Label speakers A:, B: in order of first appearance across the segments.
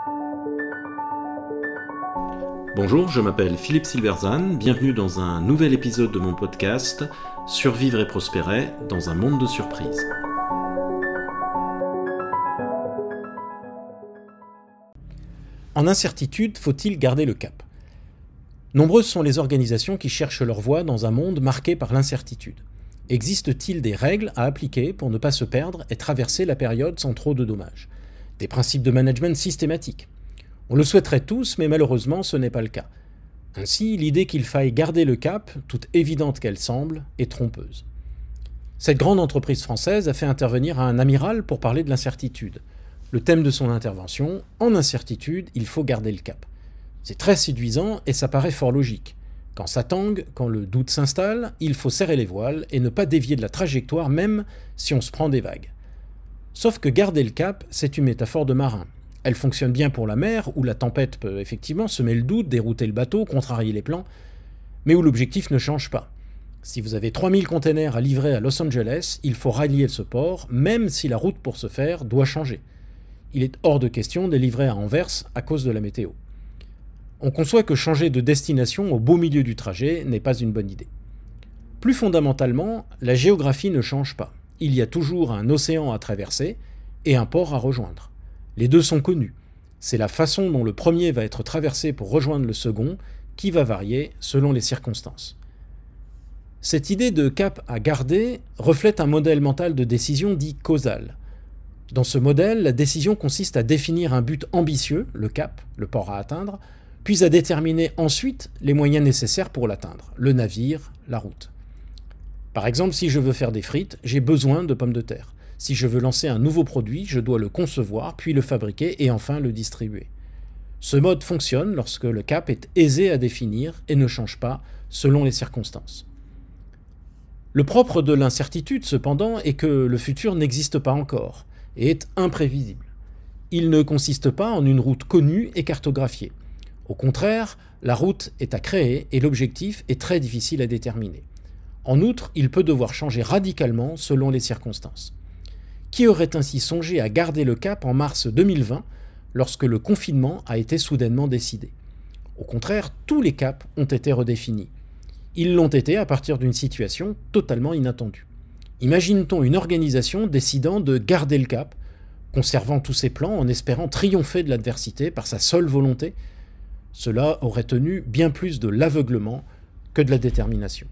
A: Bonjour, je m'appelle Philippe Silverzan, bienvenue dans un nouvel épisode de mon podcast « Survivre et prospérer dans un monde de surprises ». En incertitude, faut-il garder le cap ? Nombreuses sont les organisations qui cherchent leur voie dans un monde marqué par l'incertitude. Existe-t-il des règles à appliquer pour ne pas se perdre et traverser la période sans trop de dommages ? Des principes de management systématiques ? On le souhaiterait tous, mais malheureusement, ce n'est pas le cas. Ainsi, l'idée qu'il faille garder le cap, toute évidente qu'elle semble, est trompeuse. Cette grande entreprise française a fait intervenir un amiral pour parler de l'incertitude. Le thème de son intervention, en incertitude, il faut garder le cap. C'est très séduisant et ça paraît fort logique. Quand ça tangue, quand le doute s'installe, il faut serrer les voiles et ne pas dévier de la trajectoire même si on se prend des vagues. Sauf que garder le cap, c'est une métaphore de marin. Elle fonctionne bien pour la mer, où la tempête peut effectivement semer le doute, dérouter le bateau, contrarier les plans, mais où l'objectif ne change pas. Si vous avez 3000 containers à livrer à Los Angeles, il faut rallier ce port, même si la route pour ce faire doit changer. Il est hors de question de livrer à Anvers à cause de la météo. On conçoit que changer de destination au beau milieu du trajet n'est pas une bonne idée. Plus fondamentalement, la géographie ne change pas. Il y a toujours un océan à traverser et un port à rejoindre. Les deux sont connus. C'est la façon dont le premier va être traversé pour rejoindre le second qui va varier selon les circonstances. Cette idée de cap à garder reflète un modèle mental de décision dit causal. Dans ce modèle, la décision consiste à définir un but ambitieux, le cap, le port à atteindre, puis à déterminer ensuite les moyens nécessaires pour l'atteindre, le navire, la route. Par exemple, si je veux faire des frites, j'ai besoin de pommes de terre. Si je veux lancer un nouveau produit, je dois le concevoir, puis le fabriquer et enfin le distribuer. Ce mode fonctionne lorsque le cap est aisé à définir et ne change pas selon les circonstances. Le propre de l'incertitude, cependant, est que le futur n'existe pas encore et est imprévisible. Il ne consiste pas en une route connue et cartographiée. Au contraire, la route est à créer et l'objectif est très difficile à déterminer. En outre, il peut devoir changer radicalement selon les circonstances. Qui aurait ainsi songé à garder le cap en mars 2020 lorsque le confinement a été soudainement décidé ? Au contraire, tous les caps ont été redéfinis. Ils l'ont été à partir d'une situation totalement inattendue. Imagine-t-on une organisation décidant de garder le cap, conservant tous ses plans en espérant triompher de l'adversité par sa seule volonté ? Cela aurait tenu bien plus de l'aveuglement que de la détermination.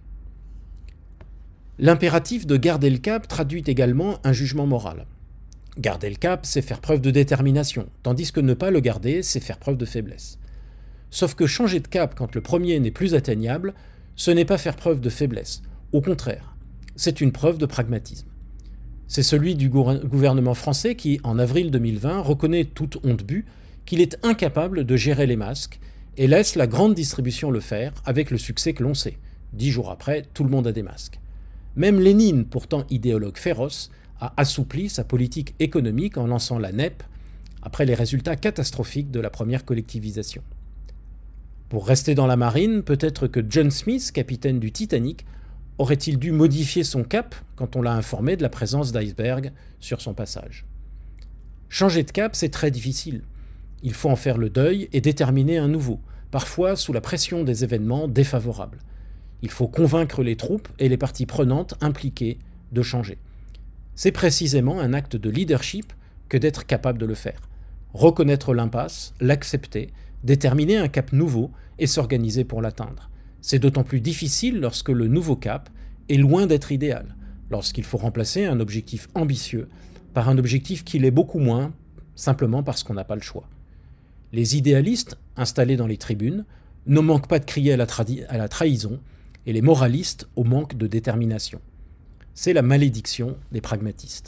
A: L'impératif de garder le cap traduit également un jugement moral. Garder le cap, c'est faire preuve de détermination, tandis que ne pas le garder, c'est faire preuve de faiblesse. Sauf que changer de cap quand le premier n'est plus atteignable, ce n'est pas faire preuve de faiblesse. Au contraire, c'est une preuve de pragmatisme. C'est celui du gouvernement français qui, en avril 2020, reconnaît toute honte bue qu'il est incapable de gérer les masques et laisse la grande distribution le faire avec le succès que l'on sait. 10 jours après, tout le monde a des masques. Même Lénine, pourtant idéologue féroce, a assoupli sa politique économique en lançant la NEP après les résultats catastrophiques de la première collectivisation. Pour rester dans la marine, peut-être que John Smith, capitaine du Titanic, aurait-il dû modifier son cap quand on l'a informé de la présence d'icebergs sur son passage. Changer de cap, c'est très difficile. Il faut en faire le deuil et déterminer un nouveau, parfois sous la pression des événements défavorables. Il faut convaincre les troupes et les parties prenantes impliquées de changer. C'est précisément un acte de leadership que d'être capable de le faire. Reconnaître l'impasse, l'accepter, déterminer un cap nouveau et s'organiser pour l'atteindre. C'est d'autant plus difficile lorsque le nouveau cap est loin d'être idéal, lorsqu'il faut remplacer un objectif ambitieux par un objectif qui l'est beaucoup moins, simplement parce qu'on n'a pas le choix. Les idéalistes, installés dans les tribunes, ne manquent pas de crier à la trahison, et les moralistes au manque de détermination. C'est la malédiction des pragmatistes.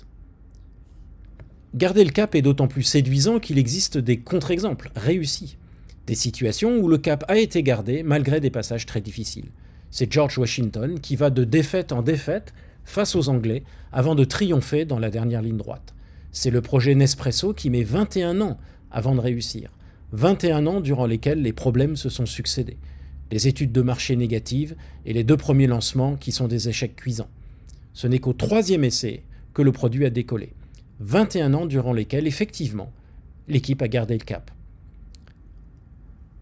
A: Garder le cap est d'autant plus séduisant qu'il existe des contre-exemples réussis, des situations où le cap a été gardé malgré des passages très difficiles. C'est George Washington qui va de défaite en défaite face aux Anglais avant de triompher dans la dernière ligne droite. C'est le projet Nespresso qui met 21 ans avant de réussir. 21 ans durant lesquels les problèmes se sont succédés. Les études de marché négatives et les 2 premiers lancements qui sont des échecs cuisants. Ce n'est qu'au 3e essai que le produit a décollé. 21 ans durant lesquels, effectivement, l'équipe a gardé le cap.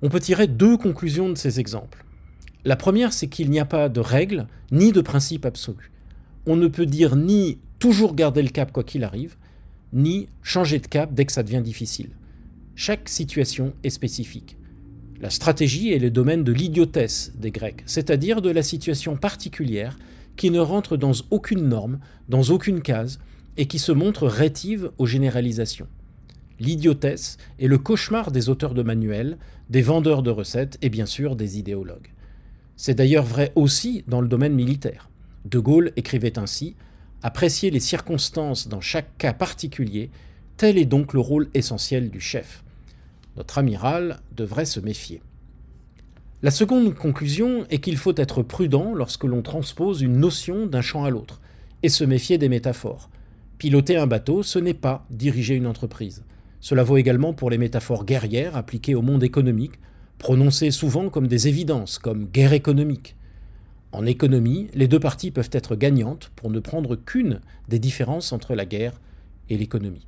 A: On peut tirer 2 conclusions de ces exemples. La première, c'est qu'il n'y a pas de règle ni de principe absolu. On ne peut dire ni toujours garder le cap quoi qu'il arrive, ni changer de cap dès que ça devient difficile. Chaque situation est spécifique. La stratégie est le domaine de l'idiotesse des Grecs, c'est-à-dire de la situation particulière qui ne rentre dans aucune norme, dans aucune case, et qui se montre rétive aux généralisations. L'idiotesse est le cauchemar des auteurs de manuels, des vendeurs de recettes et bien sûr des idéologues. C'est d'ailleurs vrai aussi dans le domaine militaire. De Gaulle écrivait ainsi « Apprécier les circonstances dans chaque cas particulier, tel est donc le rôle essentiel du chef. » Notre amiral devrait se méfier. La seconde conclusion est qu'il faut être prudent lorsque l'on transpose une notion d'un champ à l'autre, et se méfier des métaphores. Piloter un bateau, ce n'est pas diriger une entreprise. Cela vaut également pour les métaphores guerrières appliquées au monde économique, prononcées souvent comme des évidences, comme guerre économique. En économie, les 2 parties peuvent être gagnantes pour ne prendre qu'une des différences entre la guerre et l'économie.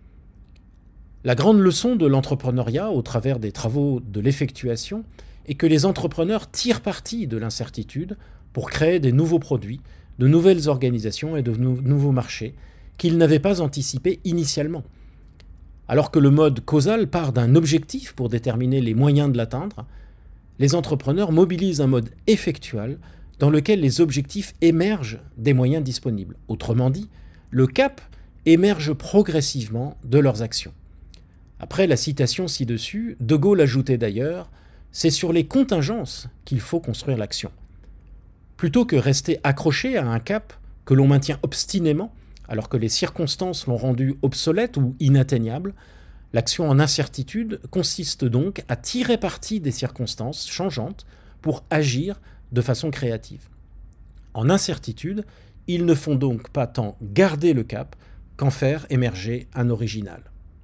A: La grande leçon de l'entrepreneuriat au travers des travaux de l'effectuation est que les entrepreneurs tirent parti de l'incertitude pour créer des nouveaux produits, de nouvelles organisations et de nouveaux marchés qu'ils n'avaient pas anticipés initialement. Alors que le mode causal part d'un objectif pour déterminer les moyens de l'atteindre, les entrepreneurs mobilisent un mode effectual dans lequel les objectifs émergent des moyens disponibles. Autrement dit, le cap émerge progressivement de leurs actions. Après la citation ci-dessus, De Gaulle ajoutait d'ailleurs « C'est sur les contingences qu'il faut construire l'action ». Plutôt que rester accroché à un cap que l'on maintient obstinément, alors que les circonstances l'ont rendu obsolète ou inatteignable, l'action en incertitude consiste donc à tirer parti des circonstances changeantes pour agir de façon créative. En incertitude, ils ne font donc pas tant garder le cap qu'en faire émerger un original.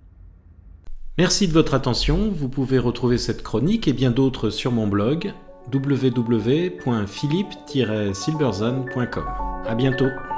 A: Merci de votre attention, vous pouvez retrouver cette chronique et bien d'autres sur mon blog www.philippe-silberzan.com. À bientôt.